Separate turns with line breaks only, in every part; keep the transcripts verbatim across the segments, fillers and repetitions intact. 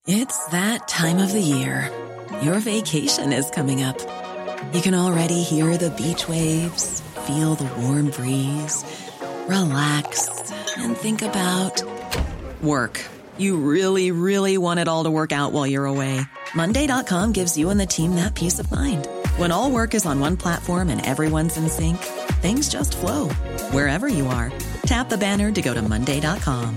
It's that time of the year. Your vacation is coming up. You can already hear the beach waves, feel the warm breeze, relax, and think about work. You really, really want it all to work out while you're away. Monday dot com gives you and the team that peace of mind. When all work is on one platform and everyone's in sync, things just flow. Wherever you are, tap the banner to go to monday dot com.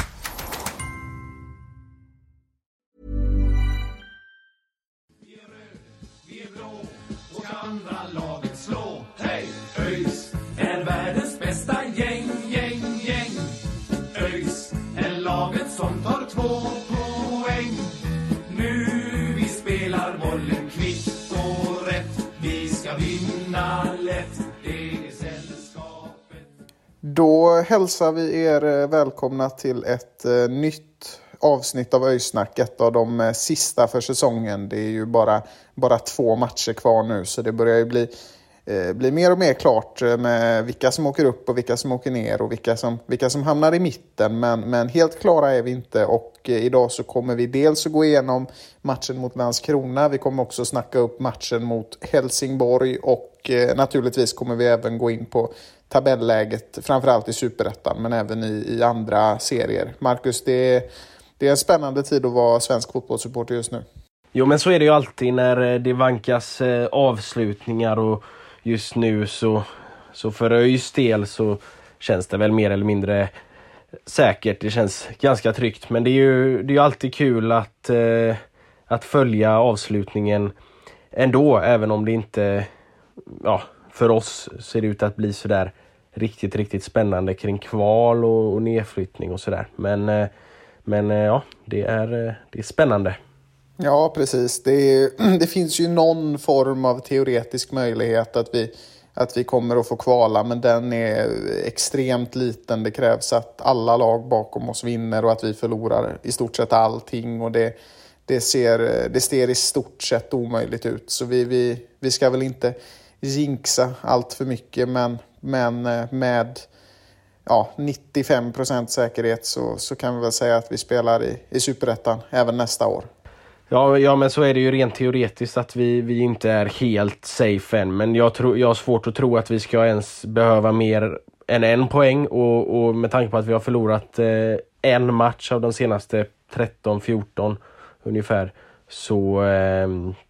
Då hälsar vi er välkomna till ett eh, nytt avsnitt av Öysnack, ett av de eh, sista för säsongen. Det är ju bara, bara två matcher kvar nu, så det börjar ju bli, eh, bli mer och mer klart med vilka som åker upp och vilka som åker ner och vilka som, vilka som hamnar i mitten. Men, men helt klara är vi inte, och eh, idag så kommer vi dels att gå igenom matchen mot Landskrona. Vi kommer också snacka upp matchen mot Helsingborg, och eh, naturligtvis kommer vi även gå in på tabelläget, framförallt i Superettan, men även i, i andra serier. Marcus, det är, det är en spännande tid att vara svensk fotbollssupporter just nu.
Jo, men så är det ju alltid när det vankas eh, avslutningar, och just nu så, så för ÖIS del så känns det väl mer eller mindre säkert. Det känns ganska tryggt, men det är ju, det är ju alltid kul att, eh, att följa avslutningen ändå, även om det inte, ja, för oss ser det ut att bli sådär riktigt, riktigt spännande kring kval och, och nedflyttning och sådär. Men, men ja, det är, det är spännande.
Ja, precis. Det, är, det finns ju någon form av teoretisk möjlighet att vi, att vi kommer att få kvala, men den är extremt liten. Det krävs att alla lag bakom oss vinner och att vi förlorar i stort sett allting, och det, det, ser, det ser i stort sett omöjligt ut. Så vi, vi, vi ska väl inte jinxa allt för mycket, men, men med ja, nittiofem procent säkerhet så, så kan vi väl säga att vi spelar i, i Superettan även nästa år.
Ja, ja, men så är det ju rent teoretiskt att vi, vi inte är helt safe än, men jag, tror, jag har svårt att tro att vi ska ens behöva mer än en poäng, och, och med tanke på att vi har förlorat eh, en match av de senaste tretton fjorton ungefär, så eh,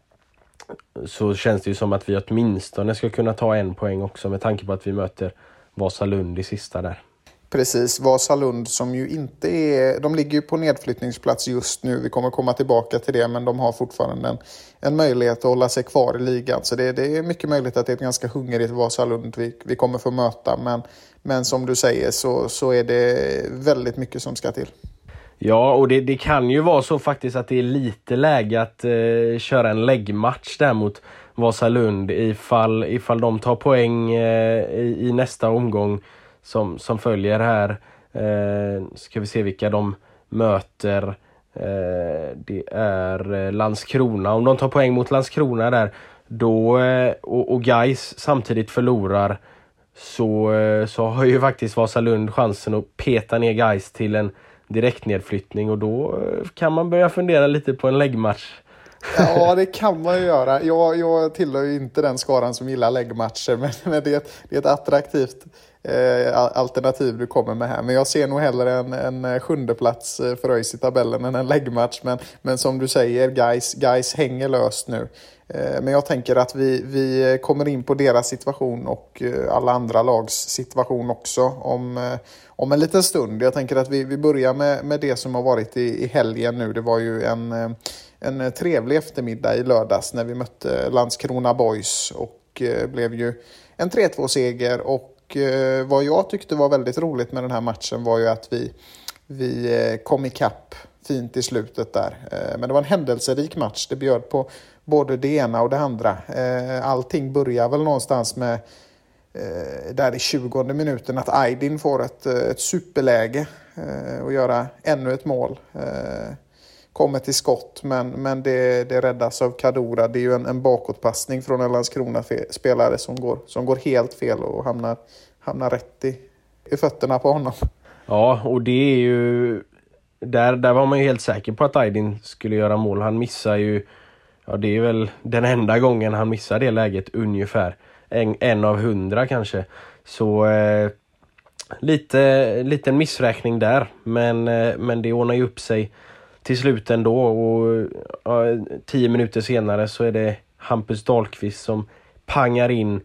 så känns det ju som att vi åtminstone ska kunna ta en poäng också, med tanke på att vi möter Vasalund i sista där.
Precis, Vasalund som ju inte är, de ligger ju på nedflyttningsplats just nu. Vi kommer komma tillbaka till det, men de har fortfarande en, en möjlighet att hålla sig kvar i ligan. Så det, det är mycket möjligt att det är ett ganska hungrigt Vasalund vi, vi kommer få möta. Men, men som du säger så, så är det väldigt mycket som ska till.
Ja, och det, det kan ju vara så faktiskt att det är lite läge att eh, köra en läggmatch där mot Vasalund ifall, ifall de tar poäng eh, i, i nästa omgång som, som följer här. Eh, ska vi se vilka de möter. Eh, det är Landskrona. Om de tar poäng mot Landskrona där då, eh, och, och Gais samtidigt förlorar, så, eh, så har ju faktiskt Vasalund chansen att peta ner Gais till en direktnedflyttning, och då kan man börja fundera lite på en läggmatch.
Ja, det kan man ju göra. Jag, jag tillhör ju inte den skaran som gillar läggmatcher, men, men det, är ett, det är ett attraktivt eh, alternativ du kommer med här. Men jag ser nog hellre en, en sjunde plats för ÖIS i tabellen än en läggmatch. Men, men som du säger, guys, guys hänger löst nu. Eh, men jag tänker att vi, vi kommer in på deras situation och eh, alla andra lags situation också om, eh, om en liten stund. Jag tänker att vi, vi börjar med, med det som har varit i, i helgen nu. Det var ju en... Eh, En trevlig eftermiddag i lördags när vi mötte Landskrona Boys, och eh, blev ju en tre två-seger. Och eh, vad jag tyckte var väldigt roligt med den här matchen var ju att vi, vi eh, kom ikapp fint i slutet där. Eh, men det var en händelserik match. Det bjöd på både det ena och det andra. Eh, allting börjar väl någonstans med eh, där i tjugonde minuten att Aydin får ett, ett superläge eh, och göra ännu ett mål. Eh, kommer till skott, men, men det, det räddas av Kadura. Det är ju en, en bakåtpassning från en Landskrona-spelare som går, som går helt fel och hamnar, hamnar rätt i, i fötterna på honom.
Ja, och det är ju där, där var man ju helt säker på att Aydin skulle göra mål. Han missar ju, ja det är väl den enda gången han missar det läget ungefär. En, en av hundra kanske. Så eh, lite liten missräkning där. Men, eh, men det ordnar ju upp sig till slut ändå. Och ja, tio minuter senare så är det Hampus Dahlqvist som pangar in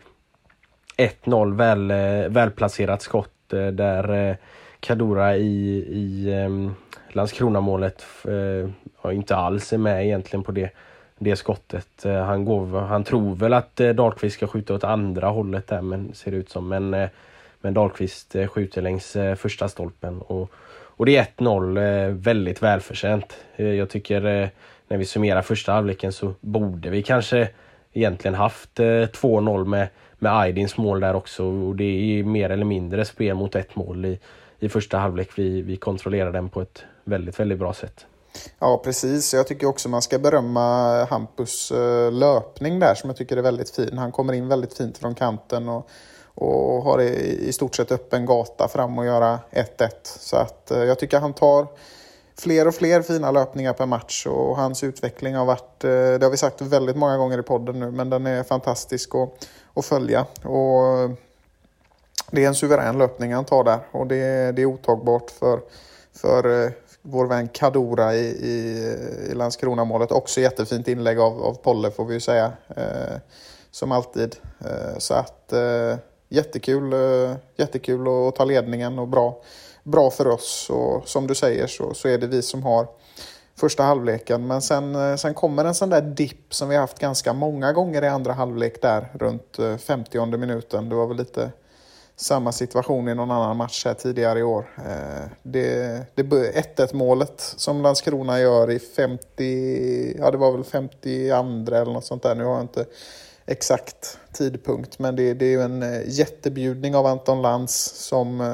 ett noll, väl, välplacerat skott där Kadura i, i um, Landskrona-målet uh, ja, inte alls är med egentligen på det, det skottet. Uh, han, går, han tror väl att uh, Dahlqvist ska skjuta åt andra hållet där, men ser det ut som. Men, uh, men Dahlqvist uh, skjuter längs uh, första stolpen. Och, och det är ett noll, uh, väldigt välförtjänt. Uh, jag tycker uh, när vi summerar första halvleken så borde vi kanske egentligen haft uh, två noll med med Aydins mål där också, och det är mer eller mindre spel mot ett mål i, i första halvlek. Vi, vi kontrollerar den på ett väldigt, väldigt bra sätt.
Ja, precis. Jag tycker också man ska berömma Hampus löpning där som jag tycker är väldigt fin. Han kommer in väldigt fint från kanten och, och har i, i stort sett öppen gata fram och göra ett ett. Så att jag tycker han tar fler och fler fina löpningar per match, och hans utveckling har varit, det har vi sagt väldigt många gånger i podden nu, men den är fantastisk att, att följa. Och det är en suverän löpning han tar där, och det, det är otagbart för, för vår vän Kadura i, i, i Landskrona-målet. Också jättefint inlägg av, av Polle får vi ju säga, eh, som alltid. Eh, så att eh, jättekul, eh, jättekul att ta ledningen och bra. Bra för oss, och som du säger så, så är det vi som har första halvleken. Men sen, sen kommer en sån där dipp som vi har haft ganska många gånger i andra halvlek där runt femtionde minuten. Det var väl lite samma situation i någon annan match här tidigare i år. Det, det ett ett målet som Landskrona gör i femtio, ja det var väl femtioandra eller något sånt där. Nu har jag inte exakt tidpunkt, men det, det är ju en jättebjudning av Anton Lantz som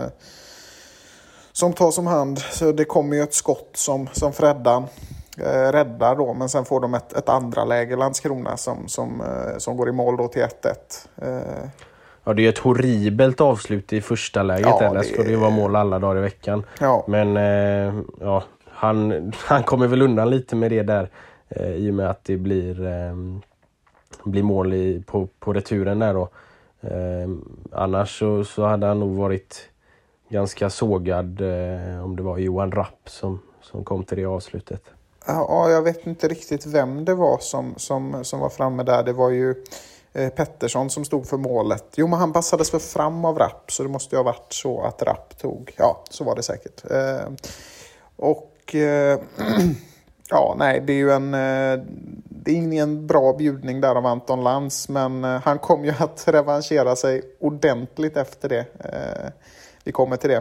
Som tar som hand. Så det kommer ju ett skott som, som Freddan eh, räddar då. Men sen får de ett, ett andra läge, Landskrona, som, som, eh, som går i mål då till ett ett. Eh.
Ja, det är ett horribelt avslut i första läget. Ja, där det... ska det ju vara mål alla dagar i veckan. Ja. Men eh, ja, han, han kommer väl undan lite med det där. Eh, I och med att det blir, eh, blir mål i, på, på returen där då. Eh, annars så, så hade han nog varit ganska sågad eh, om det var Johan Rapp som, som kom till det avslutet.
Ja, jag vet inte riktigt vem det var som, som, som var framme där. Det var ju eh, Pettersson som stod för målet. Jo, men han passades för fram av Rapp, så det måste ju ha varit så att Rapp tog. Ja, så var det säkert. Eh, och eh, ja, nej, det är ju en eh, det är ingen bra bjudning där av Anton Lantz, men eh, han kom ju att revanschera sig ordentligt efter det. Eh, Vi kommer till det.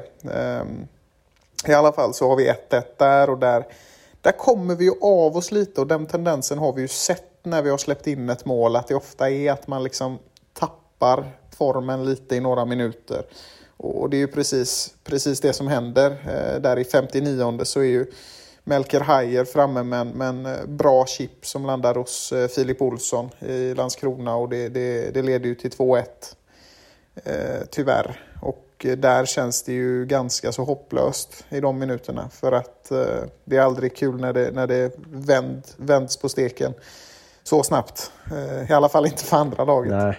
I alla fall så har vi ett ett där, och där, där kommer vi ju av oss lite, och den tendensen har vi ju sett när vi har släppt in ett mål, att det ofta är att man liksom tappar formen lite i några minuter. Och det är ju precis, precis det som händer. Där i femtionionde så är ju Melker Hajer framme med en, med en bra chip som landar hos Filip Olsson i Landskrona, och det, det, det leder ju till två ett. Eh, tyvärr. Och där känns det ju ganska så hopplöst i de minuterna, för att eh, det är aldrig kul när det, när det vänd, vänds på steken så snabbt. Eh, I alla fall inte för andra laget.
Nej.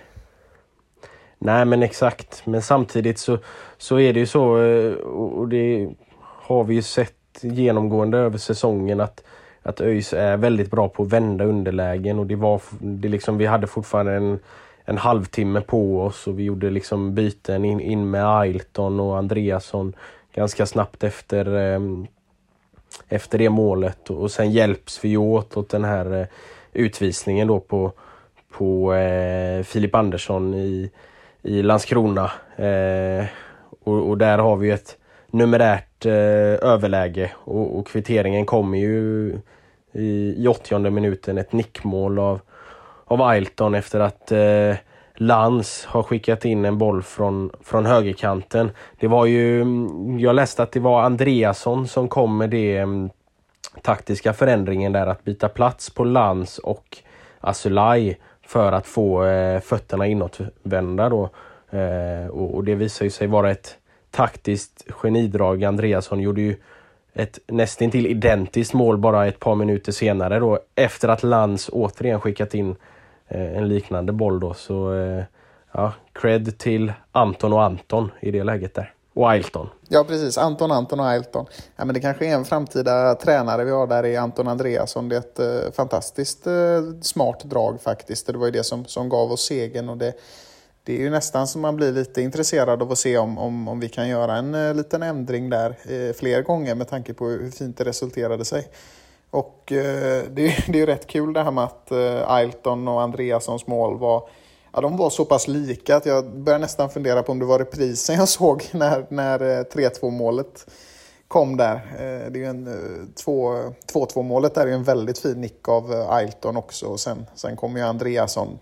Nej, men exakt. Men samtidigt så, så är det ju så, och det har vi ju sett genomgående över säsongen, att, att ÖIS är väldigt bra på att vända underlägen, och det var det liksom, vi hade fortfarande en en halvtimme på oss, och vi gjorde liksom byten in, in med Ailton och Andreasson ganska snabbt efter, eh, efter det målet, och, och sen hjälps vi åt åt den här eh, utvisningen då på, på eh, Filip Andersson i, i Landskrona, eh, och, och där har vi ett numerärt eh, överläge, och, och kvitteringen kommer ju i, i åttionde minuten, ett nickmål av av Ailton efter att eh, Lantz har skickat in en boll från, från högerkanten. Det var ju, jag läste att det var Andreasson som kom med det um, taktiska förändringen där, att byta plats på Lantz och Asulaj för att få eh, fötterna inåtvända då. Eh, och, och det visar ju sig vara ett taktiskt genidrag. Andreasson gjorde ju ett nästintill identiskt mål bara ett par minuter senare då, efter att Lantz återigen skickat in eh, en liknande boll då. Så eh, ja, cred till Anton och Anton i det läget där. Och Ailton.
Ja, precis. Anton, Anton och Ailton. Ja, men det kanske är en framtida tränare vi har där i Anton Andreasson. Det är ett eh, fantastiskt eh, smart drag faktiskt. Det var ju det som, som gav oss segern, och det, det är ju nästan som man blir lite intresserad av att se om, om, om vi kan göra en eh, liten ändring där eh, fler gånger med tanke på hur fint det resulterade sig. Och eh, det, det är ju rätt kul det här med att eh, Ailton och Andreassons mål var... Ja, de var så pass lika att jag började nästan fundera på om det var reprisen jag såg när, när tre två målet kom där. Det är ju en två två målet där är ju en väldigt fin nick av Ailton också. Och sen, sen kommer ju Andreasson.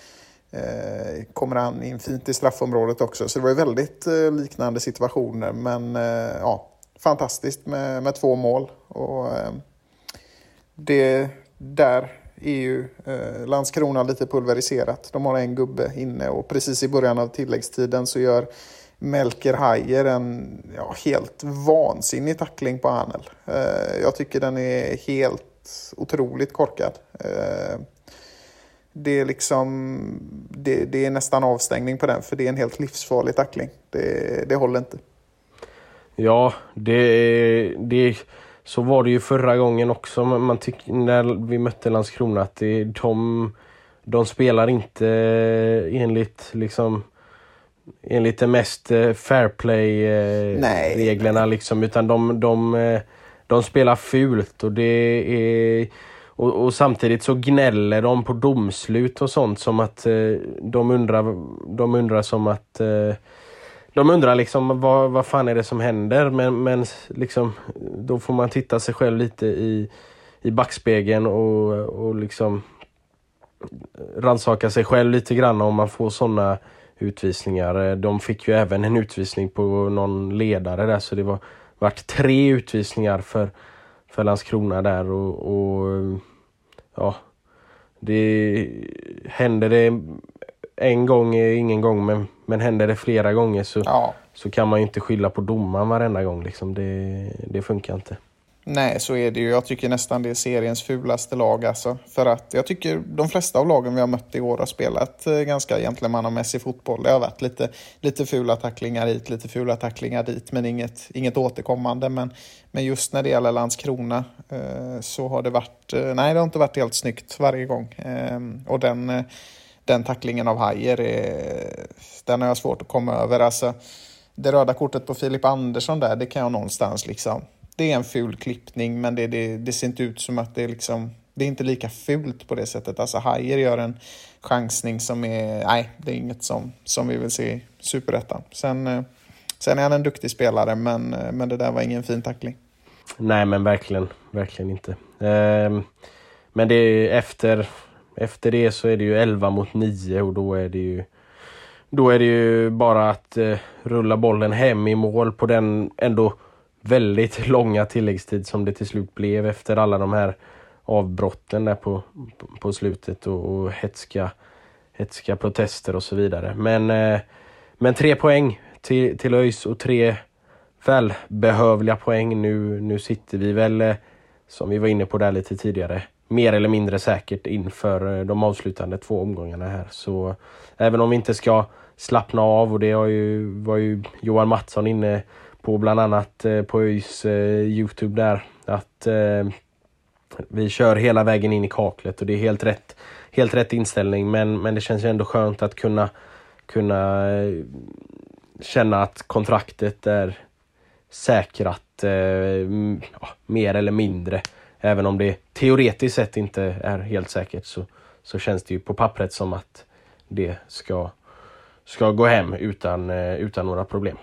Eh, kommer han in fint i straffområdet också. Så det var ju väldigt eh, liknande situationer. Men eh, ja, fantastiskt med, med två mål. Och eh, det där... är ju eh, Landskrona lite pulveriserat. De har en gubbe inne, och precis i början av tilläggstiden så gör Melker Hajer en ja, helt vansinnig tackling på Hanel. Eh, jag tycker den är helt otroligt korkad. Eh, det är liksom det, det är nästan avstängning på den, för det är en helt livsfarlig tackling. Det, det håller inte.
Ja, det det så var det ju förra gången också. Man tycker när vi mötte Landskrona att det, de, de spelar inte enligt liksom enligt det mest fair play eh, reglerna liksom, utan de, de, de spelar fult, och det är och, och samtidigt så gnäller de på domslut och sånt, som att eh, de undrar de undrar som att eh, De undrar liksom vad, vad fan är det som händer, men, men liksom, då får man titta sig själv lite i, i backspegeln och, och liksom rannsaka sig själv lite grann om man får sådana utvisningar. De fick ju även en utvisning på någon ledare där, så det var varit tre utvisningar för, för Landskrona där, och, och ja, det händer det en gång är ingen gång, men, men händer det flera gånger så, ja. så kan man ju inte skylla på domaren varenda gång. Liksom. Det, det funkar inte.
Nej, så är det ju. Jag tycker nästan det är seriens fulaste lag. Alltså. För att jag tycker de flesta av lagen vi har mött i år har spelat ganska gentlemannamässig fotboll. Det har varit lite, lite fula tacklingar hit, lite fula tacklingar dit, men inget, inget återkommande. Men, men just när det gäller Landskrona eh, så har det varit... Eh, nej, det har inte varit helt snyggt varje gång. Eh, och den... Eh, Den tacklingen av Hajer, är, den har jag svårt att komma över. Alltså, det röda kortet på Filip Andersson där, det kan jag någonstans liksom... Det är en ful klippning, men det, det, det ser inte ut som att det är liksom... Det är inte lika fult på det sättet. Alltså Hajer gör en chansning som är... Nej, det är inget som, som vi vill se i Superettan. Sen, sen är han en duktig spelare, men, men det där var ingen fin tackling.
Nej, men verkligen, verkligen inte. Eh, men det är efter... Efter det så är det ju elva mot nio, och då är det ju då är det ju bara att eh, rulla bollen hem i mål på den ändå väldigt långa tilläggstid som det till slut blev efter alla de här avbrotten där på, på, på slutet och, och hetska, hetska protester och så vidare. Men, eh, men tre poäng till, till ÖIS och tre välbehövliga poäng. Nu, nu sitter vi väl, eh, som vi var inne på där lite tidigare, mer eller mindre säkert inför de avslutande två omgångarna här. Så även om vi inte ska slappna av, och det har ju, var ju Johan Mattsson inne på bland annat på ÖIS eh, YouTube där, att eh, vi kör hela vägen in i kaklet, och det är helt rätt, helt rätt inställning, men, men det känns ju ändå skönt att kunna, kunna eh, känna att kontraktet är säkrat eh, ja, mer eller mindre. Även om det teoretiskt sett inte är helt säkert, så, så känns det ju på pappret som att det ska, ska gå hem utan, utan några problem.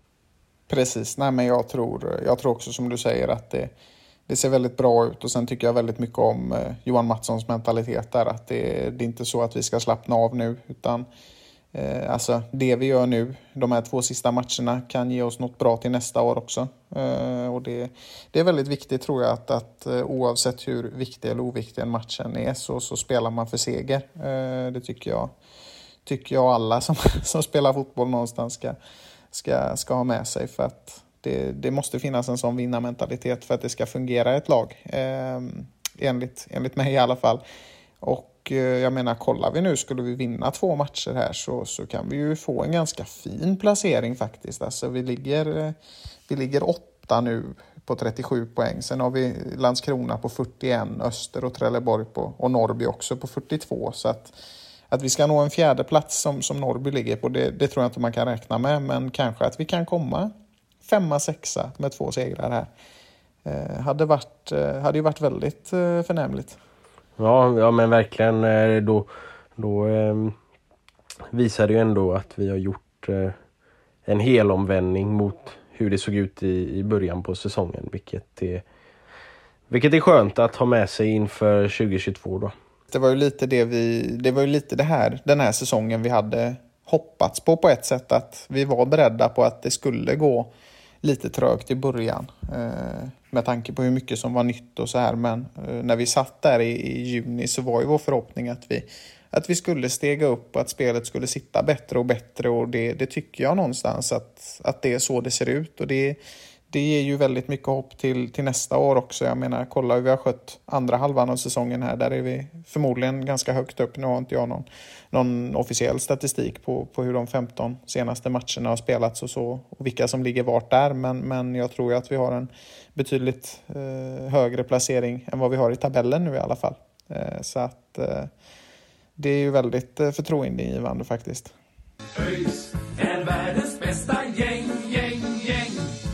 Precis, nej men jag tror, jag tror också som du säger att det, det ser väldigt bra ut, och sen tycker jag väldigt mycket om eh, Johan Mattssons mentalitet där, att det, det är inte så att vi ska slappna av nu, utan eh, alltså det vi gör nu, de här två sista matcherna, kan ge oss något bra till nästa år också. Eh, och det, det är väldigt viktigt tror jag att, att eh, oavsett hur viktig eller oviktig en matchen är, så, så spelar man för seger. Eh, det tycker jag, tycker jag alla som, som spelar fotboll någonstans ska, ska, ska ha med sig, för att det, det måste finnas en sån vinnarmentalitet för att det ska fungera ett lag. Eh, enligt, enligt mig i alla fall. Och eh, jag menar, kollar vi nu, skulle vi vinna två matcher här så, så kan vi ju få en ganska fin placering faktiskt. Alltså vi ligger, vi ligger åtta nu på trettiosju poäng. Sen har vi Landskrona på fyrtioen, Öster och Trelleborg på, och Norrby också på fyrtiotvå. Så att, att vi ska nå en fjärde plats som, som Norrby ligger på, det, det tror jag inte man kan räkna med. Men kanske att vi kan komma femma, sexa med två segrar här. Eh, hade, varit, eh, hade ju varit väldigt eh, förnämligt.
Ja, ja men verkligen. Då, då eh, visar det ju ändå att vi har gjort eh, en hel omvändning mot hur det såg ut i, i början på säsongen. Vilket är, vilket är skönt att ha med sig inför tjugo tjugotvå då.
Det var ju lite det vi, det var ju lite det här, den här säsongen vi hade hoppats på på ett sätt. Att vi var beredda på att det skulle gå lite trögt i början. Eh, med tanke på hur mycket som var nytt och så här. Men eh, när vi satt där i, i juni så var ju vår förhoppning att vi, att vi skulle stega upp och att spelet skulle sitta bättre och bättre. Och det, det tycker jag någonstans att, att det är så det ser ut. Och det, det ger ju väldigt mycket hopp till, till nästa år också. Jag menar, kolla hur vi har skött andra halvan av säsongen här. Där är vi förmodligen ganska högt upp. Nu har inte jag någon, någon officiell statistik på, på hur de femton senaste matcherna har spelats och så. Och vilka som ligger vart där. Men, men jag tror ju att vi har en betydligt eh, högre placering än vad vi har i tabellen nu i alla fall. Eh, så att eh, det är ju väldigt eh, förtroendeingivande faktiskt.
ÖIS är världens bästa gäng, gäng, gäng.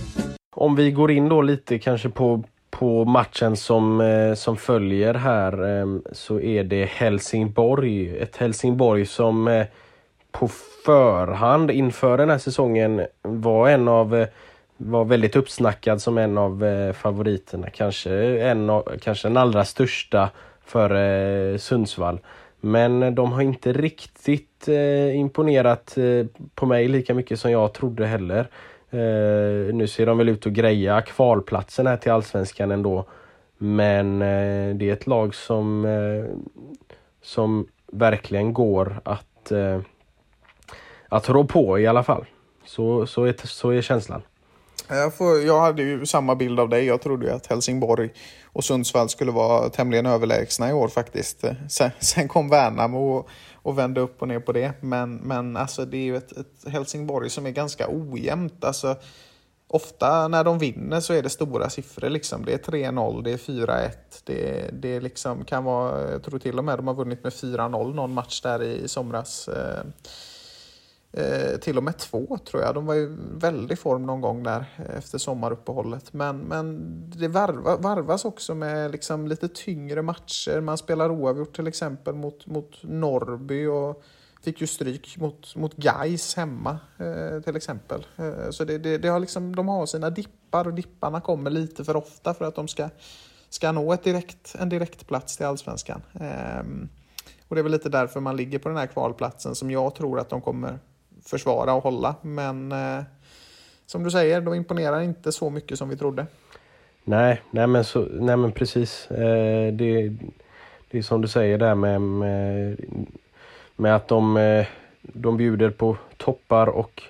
Om vi går in då lite kanske på, på matchen som, eh, som följer här eh, så är det Helsingborg. Ett Helsingborg som eh, på förhand inför den här säsongen var en av eh, var väldigt uppsnackad som en av eh, favoriterna. Kanske, en av, kanske den allra största för eh, Sundsvall. Men de har inte riktigt eh, imponerat eh, på mig lika mycket som jag trodde heller. Uh, nu ser de väl ut att greja kvalplatsen här till Allsvenskan ändå. Men uh, det är ett lag som, uh, som verkligen går att, uh, att rå på i alla fall. Så, så, är, så är känslan.
Jag, får, jag hade ju samma bild av dig. Jag trodde ju att Helsingborg och Sundsvall skulle vara tämligen överlägsna i år faktiskt. Sen, sen kom Värnamo och, och vände upp och ner på det. Men, men alltså, det är ju ett, ett Helsingborg som är ganska ojämnt. Alltså, ofta när de vinner så är det stora siffror. Liksom. Det är tre noll, det är fyra ett. Det, det liksom kan vara, jag tror till och med de har vunnit med fyra noll någon match där i, i somras. Eh, Eh, till och med två tror jag. De var ju väldigt form någon gång där efter sommaruppehållet. Men, men det varva, varvas också med liksom lite tyngre matcher. Man spelar oavgjort till exempel mot, mot Norrby och fick ju stryk mot, mot Gais hemma eh, till exempel. Eh, så det, det, det har liksom, de har sina dippar och dipparna kommer lite för ofta för att de ska, ska nå ett direkt, en direkt plats till Allsvenskan. Eh, och det är väl lite därför man ligger på den här kvalplatsen som jag tror att de kommer försvara och hålla. Men eh, som du säger, de imponerar inte så mycket som vi trodde.
Nej, nej, men, så, nej men precis. Eh, det, det är som du säger där med, med, med att de, eh, de bjuder på toppar och,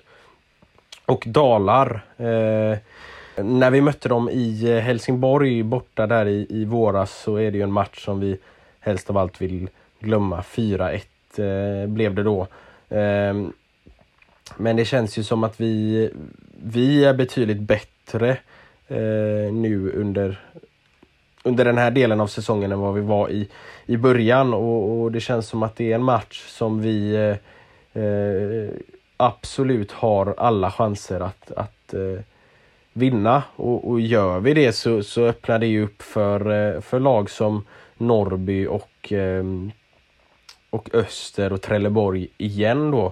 och dalar. Eh, när vi mötte dem i Helsingborg borta där i, i våras så är det ju en match som vi helst av allt vill glömma. fyra ett eh, blev det då. Eh, Men det känns ju som att vi, vi är betydligt bättre eh, nu under, under den här delen av säsongen än vad vi var i, i början. Och, och det känns som att det är en match som vi eh, absolut har alla chanser att, att eh, vinna. Och, och gör vi det så, så öppnar det ju upp för, för lag som Norrby och, eh, och Öster och Trelleborg igen då.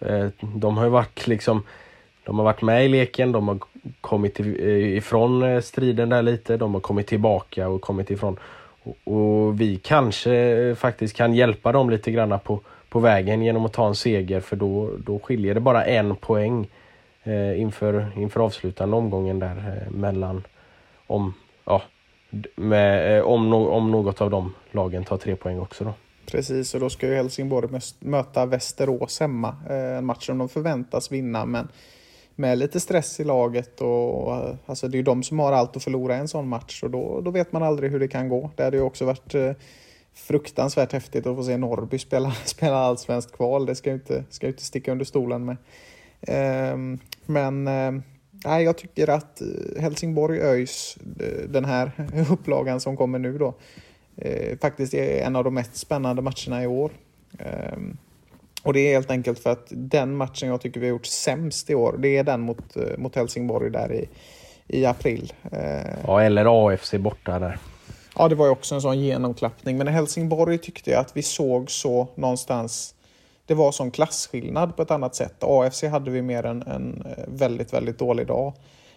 De har ju varit liksom, de har varit med i leken, de har kommit ifrån striden där lite, de har kommit tillbaka och kommit ifrån och, och vi kanske faktiskt kan hjälpa dem lite grann på, på vägen genom att ta en seger, för då, då skiljer det bara en poäng eh, inför, inför avslutande omgången där eh, mellan om, ja, med, eh, om, no, om något av de lagen tar tre poäng också då.
Precis, och då ska ju Helsingborg möta Västerås hemma. En match som de förväntas vinna, men, med lite stress i laget. Och, alltså det är ju de som har allt att förlora en sån match. Och då, då vet man aldrig hur det kan gå. Det hade ju också varit eh, fruktansvärt häftigt att få se Norrby spela, spela allsvenskt kval. Det ska ju inte, ska ju inte sticka under stolen med. Eh, men... Eh, Nej, jag tycker att Helsingborg-ÖIS, den här upplagan som kommer nu då, eh, faktiskt är en av de mest spännande matcherna i år. Eh, och det är helt enkelt för att den matchen jag tycker vi har gjort sämst i år, det är den mot, mot Helsingborg där i, i april. Eh,
ja, eller A F C borta där.
Ja, det var ju också en sån genomklappning. Men i Helsingborg tyckte jag att vi såg så någonstans... Det var sån klassskillnad på ett annat sätt. A F C hade vi mer en, en väldigt, väldigt dålig dag.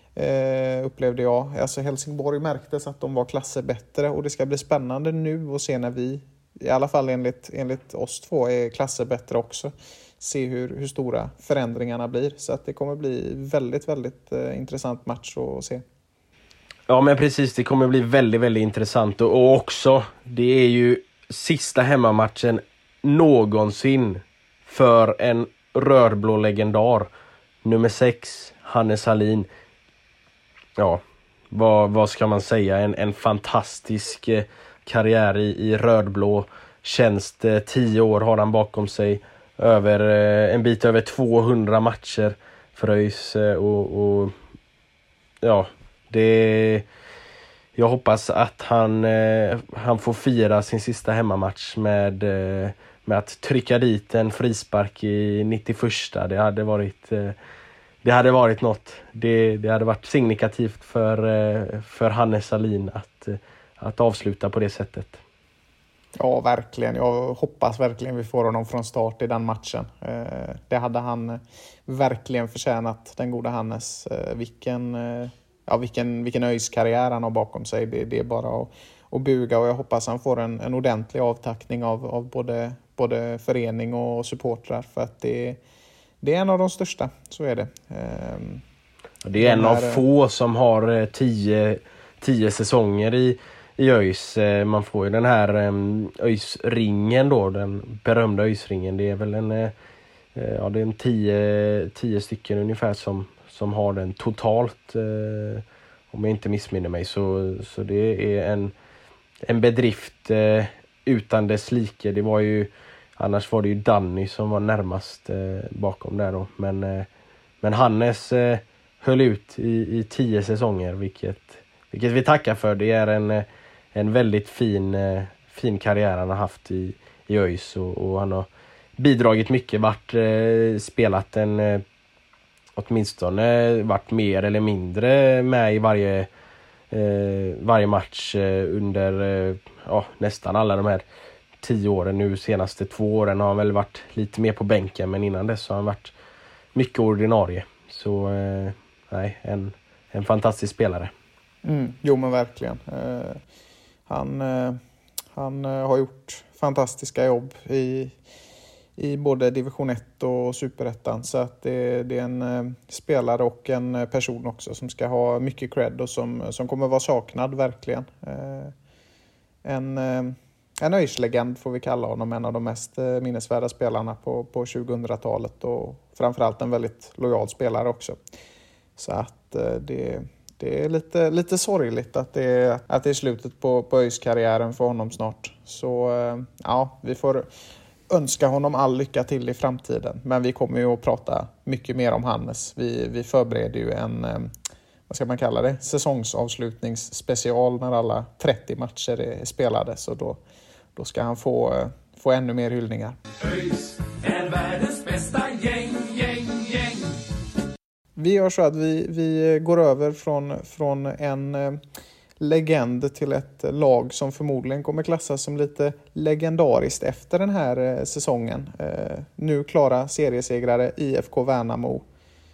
Eh, upplevde jag. Alltså Helsingborg märktes att de var klasser bättre. Och det ska bli spännande nu att se när vi, i alla fall enligt, enligt oss två, är klasser bättre också. Se hur, hur stora förändringarna blir. Så att det kommer bli väldigt, väldigt eh, intressant match att se.
Ja, men precis. Det kommer bli väldigt, väldigt intressant. Och, och också, det är ju sista hemmamatchen någonsin för en rödblå legendar. Nummer sex, Hannes Hallin. Ja, vad, vad ska man säga? En, en fantastisk eh, karriär i, i rödblå tjänst. Eh, tio år har han bakom sig. Över, eh, en bit över tvåhundra matcher för ÖIS. Eh, och, och ja, det... Jag hoppas att han, eh, han får fira sin sista hemmamatch med... Eh, med att trycka dit en frispark i nittioförsta. Det hade varit eh, det hade varit något. Det, det hade varit signifikativt för, eh, för Hannes Hallin att, eh, att avsluta på det sättet.
Ja, verkligen. Jag hoppas verkligen vi får honom från start i den matchen. Eh, det hade han verkligen förtjänat, den goda Hannes. Eh, vilken, eh, ja, vilken, vilken ÖIS-karriär han har bakom sig. Det, det är bara att, att buga, och jag hoppas han får en, en ordentlig avtackning av, av både både förening och supportrar, för att det, det är en av de största, så är det. Ehm,
det är en här... av få som har tio, tio säsonger i, i ÖIS. Man får ju den här ÖIS-ringen då, den berömda ÖIS-ringen. Det är väl en, ja, det är en tio, tio stycken ungefär som, som har den totalt, om jag inte missminner mig. Så, så det är en, en bedrift utan dess like. Det var ju, annars var det ju Danny som var närmast eh, bakom där då. Men, eh, men Hannes eh, höll ut i, i tio säsonger, vilket, vilket vi tackar för. Det är en, en väldigt fin, eh, fin karriär han har haft i, i ÖIS. Och, och han har bidragit mycket, varit, eh, spelat en, eh, åtminstone varit mer eller mindre med i varje, eh, varje match eh, under eh, ja, nästan alla de här tio åren. Nu senaste två åren har han väl varit lite mer på bänken, men innan dess har han varit mycket ordinarie. Så eh, nej, en, en fantastisk spelare.
Mm, jo men verkligen. Eh, han, eh, han eh, har gjort fantastiska jobb i, i både division ett och superettan. Så att det, det är en eh, spelare och en person också som ska ha mycket cred och som, som kommer vara saknad verkligen. Eh, en... Eh, En ÖIS-legend får vi kalla honom, en av de mest minnesvärda spelarna på, på tjugohundratalet, och framförallt en väldigt lojal spelare också. Så att det, det är lite, lite sorgligt att det, att det är slutet på, på ÖIS-karriären för honom snart. Så ja, vi får önska honom all lycka till i framtiden. Men vi kommer ju att prata mycket mer om Hannes. Vi, vi förbereder ju en... vad ska man kalla det? Säsongsavslutningsspecial när alla trettio matcher är spelade. Så då, då ska han få, få ännu mer hyllningar.
ÖIS är världens bästa gäng, gäng, gäng.
Vi gör så att vi, vi går över från, från en eh, legend till ett lag som förmodligen kommer klassas som lite legendariskt efter den här eh, säsongen. Eh, nu klara seriesegrare I F K Värnamo.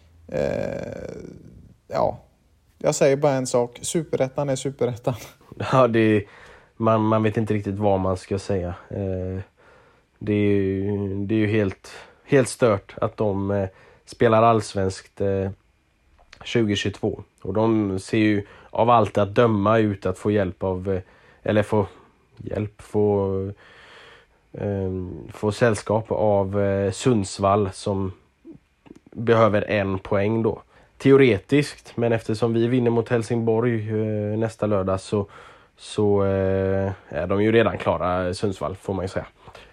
Eh, ja... Jag säger bara en sak. Superettan är superettan.
Ja, det är, man, man vet inte riktigt vad man ska säga. Eh, det är ju, det är ju helt, helt stört att de eh, spelar allsvenskt eh, tjugohundratjugotvå. Och de ser ju av allt att döma ut att få hjälp av... Eh, eller få hjälp, få, eh, få sällskap av eh, Sundsvall som behöver en poäng då. teoretiskt, men eftersom vi vinner mot Helsingborg eh, nästa lördag så, så eh, är de ju redan klara, Sundsvall får man ju säga.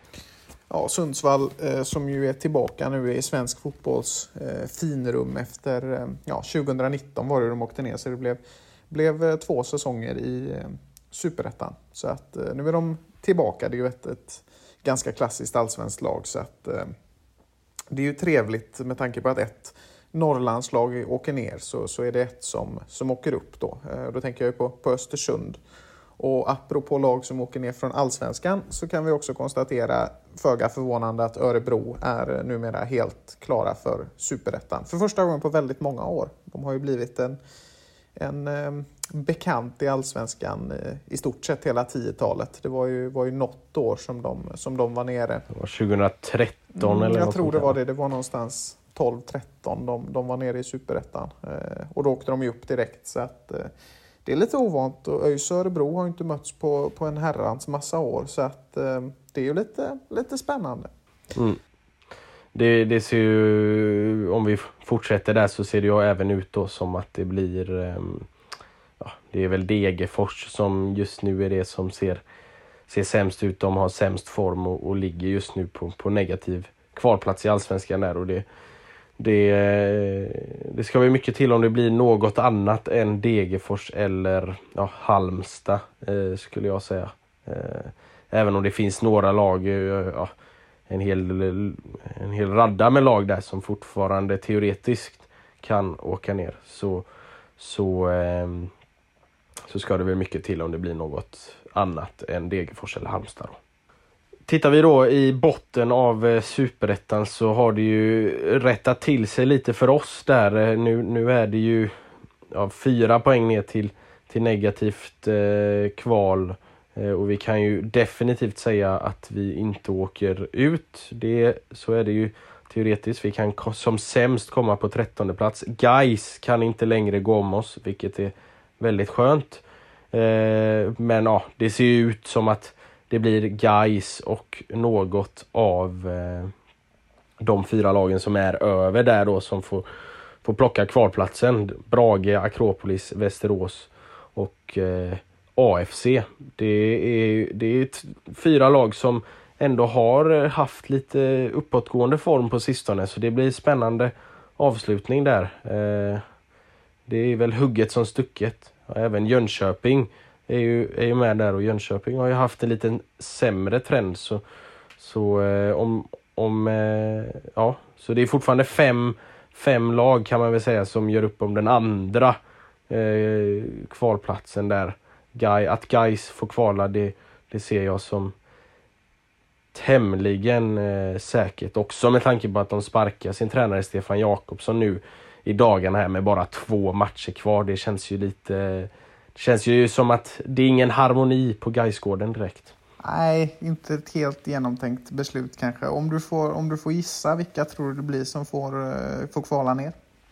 Ja, Sundsvall eh, som ju är tillbaka nu i svensk fotbolls eh, finrum efter eh, ja, tjugonitton var det de åkte ner, så det blev, blev eh, två säsonger i eh, Superettan. Så att eh, nu är de tillbaka, det är ju ett, ett ganska klassiskt allsvenskt lag, så att eh, det är ju trevligt med tanke på att ett Norrlandslag åker ner så, så är det ett som, som åker upp då. Eh, då tänker jag ju på, på Östersund. Och apropå lag som åker ner från allsvenskan så kan vi också konstatera, föga förvånande, att Örebro är numera helt klara för Superettan. För första gången på väldigt många år. De har ju blivit en, en eh, bekant i allsvenskan eh, i stort sett hela tiotalet. Det var ju, var ju något år som de, som de var nere.
Det var tjugohundratretton
mm,
eller
Jag
något
tror det
sånt
var det. Det var någonstans tolv tretton de, de var nere i Superettan. Eh, och då åkte de ju upp direkt, så att... Eh, det är lite ovant, och ÖIS och Örebro har inte mötts på, på en herrans massa år, så att eh, det är ju lite, lite spännande.
Mm. Det, det ser ju, om vi fortsätter där så ser det ju även ut då som att det blir, eh, ja, det är väl Degerfors som just nu är det som ser, ser sämst ut. De har sämst form och, och ligger just nu på, på negativ kvalplats i allsvenskan där, och det Det, det ska vara mycket till om det blir något annat än Degerfors eller ja, Halmstad eh, skulle jag säga. Eh, även om det finns några lag, eh, ja, en, hel, en hel radda med lag där som fortfarande teoretiskt kan åka ner. Så, så, eh, så ska det väl mycket till om det blir något annat än Degerfors eller Halmstad då. Tittar vi då i botten av Superettan så har det ju rättat till sig lite för oss där. Nu, nu är det ju ja, fyra poäng ner till, till negativt eh, kval. Eh, och vi kan ju definitivt säga att vi inte åker ut. Det, så är det ju teoretiskt. Vi kan som sämst komma på trettonde plats. Gais kan inte längre gå om oss, vilket är väldigt skönt. Eh, men ja, det ser ju ut som att det blir Gais och något av eh, de fyra lagen som är över där då som får, får plocka kvalplatsen. Brage, Akropolis, Västerås och eh, A F C. Det är, det är t- fyra lag som ändå har haft lite uppåtgående form på sistone, så det blir spännande avslutning där. Eh, det är väl hugget som stucket. Även Jönköping är ju, är ju med där, och Jönköping har ju haft en liten sämre trend, så, så eh, om, om eh, ja, så det är fortfarande fem, fem lag kan man väl säga som gör upp om den andra eh, kvalplatsen där. Guy, att Gais får kvala, det, det ser jag som tämligen eh, säkert, också med tanke på att de sparkar sin tränare Stefan Jakobsson nu i dagarna här med bara två matcher kvar. Det känns ju lite Det känns ju som att det är ingen harmoni på Gaisgården direkt.
Nej, inte ett helt genomtänkt beslut kanske. Om du får, om du får gissa, vilka tror du det blir som får, får kvala ner?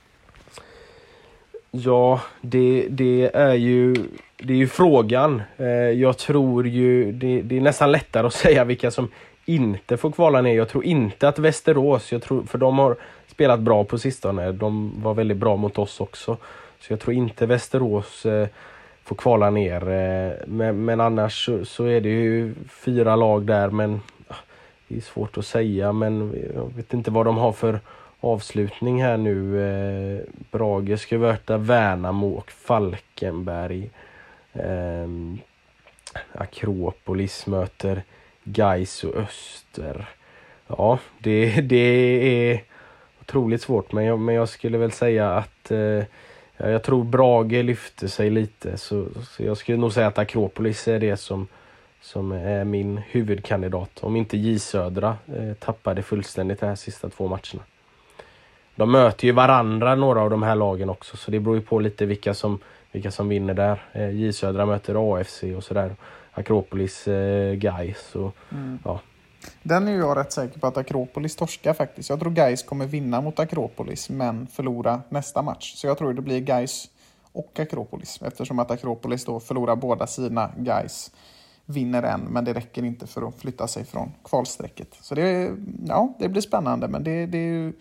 Ja, det, det är ju det är ju frågan. Jag tror ju det, det är nästan lättare att säga vilka som inte får kvala ner. Jag tror inte att Västerås, jag tror, för de har spelat bra på sistone. De var väldigt bra mot oss också. Så jag tror inte Västerås får kvala ner. Men, men annars så, så är det ju fyra lag där, men det är svårt att säga. Men jag vet inte vad de har för avslutning här nu. Eh, Brage, Skövörta, Värnamo och Falkenberg. Eh, Akropolis möter Gais och Öster. Ja, det, det är otroligt svårt, men jag, men jag skulle väl säga att eh, jag tror Brage lyfter sig lite, så, så jag skulle nog säga att Akropolis är det som, som är min huvudkandidat. Om inte J Södra eh, tappade fullständigt de här sista två matcherna. De möter ju varandra, några av de här lagen också, så det beror ju på lite vilka som, vilka som vinner där. Eh, J Södra möter A F C och sådär. Akropolis, eh, Gais och mm. ja.
Den är ju jag rätt säker på att Akropolis torskar faktiskt. Jag tror Gais kommer vinna mot Akropolis men förlora nästa match. Så jag tror det blir Gais och Akropolis. Eftersom att Akropolis då förlorar båda sina. Gais vinner en, men det räcker inte för att flytta sig från kvalsträcket. Så det, ja, det blir spännande, men det, det är ju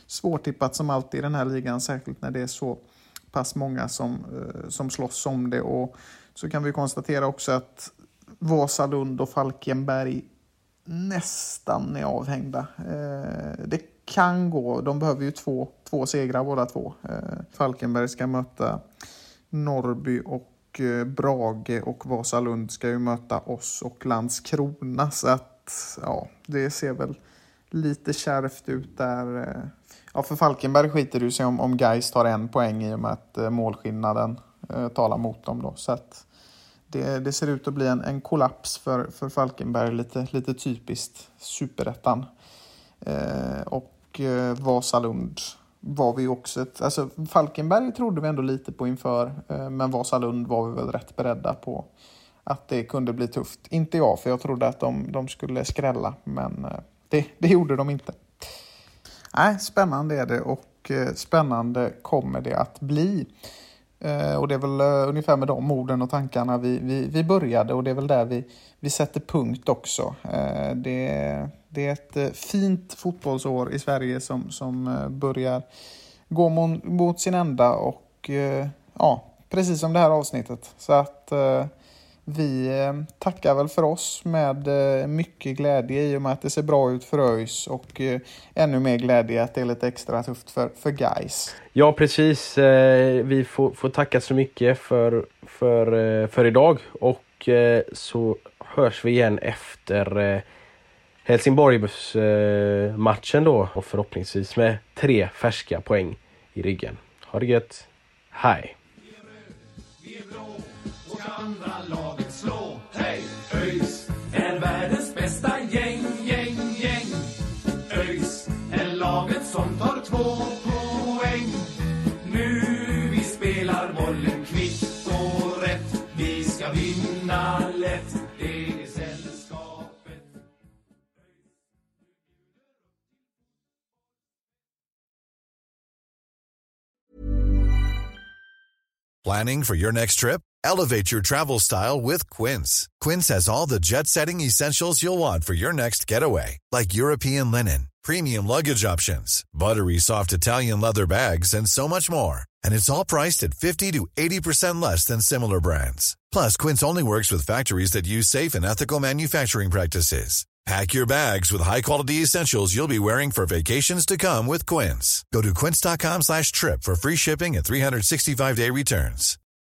svårtippat som alltid i den här ligan, särskilt när det är så pass många som, som slåss om det. Och så kan vi konstatera också att Vasalund och Falkenberg nästan är avhängda. Det kan gå, de behöver ju två, två segrar båda två. Falkenberg ska möta Norrby och Brage och Vasalund ska ju möta oss och Landskrona, så att ja, det ser väl lite kärvt ut där. Ja, för Falkenberg skiter du sig om, om Gais tar en poäng i och med att eh, målskillnaden eh, talar mot dem då, så att det, det ser ut att bli en, en kollaps för, för Falkenberg, lite, lite typiskt superettan. Eh, och eh, Vasalund var vi också ett, alltså Falkenberg trodde vi ändå lite på inför, eh, men Vasalund var vi väl rätt beredda på att det kunde bli tufft. Inte jag, för jag trodde att de, de skulle skrälla, men eh, det, det gjorde de inte. Nej, spännande är det, och eh, spännande kommer det att bli. Eh, och det är väl eh, ungefär med de orden och tankarna vi, vi, vi började, och det är väl där vi, vi sätter punkt också. Eh, det, det är ett eh, fint fotbollsår i Sverige som, som eh, börjar gå mot, mot sin ända, och eh, ja, precis som det här avsnittet. Så att eh, vi eh, tackar väl för oss med eh, mycket glädje i och med att det ser bra ut för ÖIS, och eh, ännu mer glädje att det är lite extra tufft för, för Gais.
Ja, precis. Eh, vi får, får tacka så mycket för, för, eh, för idag, och eh, så hörs vi igen efter eh, Helsingborgs eh, matchen då, och förhoppningsvis med tre färska poäng i ryggen. Ha det gött. Hej!
Vi är blå och ska andra laget slå. Hej! ÖIS är världens bästa gäng, gäng, gäng. ÖIS är laget som tar två poäng. Nu vi spelar bollen kvitt och rätt. Vi ska vinna lätt. Det är sällskapet.
Planning for your next trip? Elevate your travel style with Quince. Quince has all the jet-setting essentials you'll want for your next getaway, like European linen, premium luggage options, buttery soft Italian leather bags, and so much more. And it's all priced at fifty to eighty percent less than similar brands. Plus, Quince only works with factories that use safe and ethical manufacturing practices. Pack your bags with high-quality essentials you'll be wearing for vacations to come with Quince. Go to quince dot com slash trip for free shipping and three sixty-five day returns.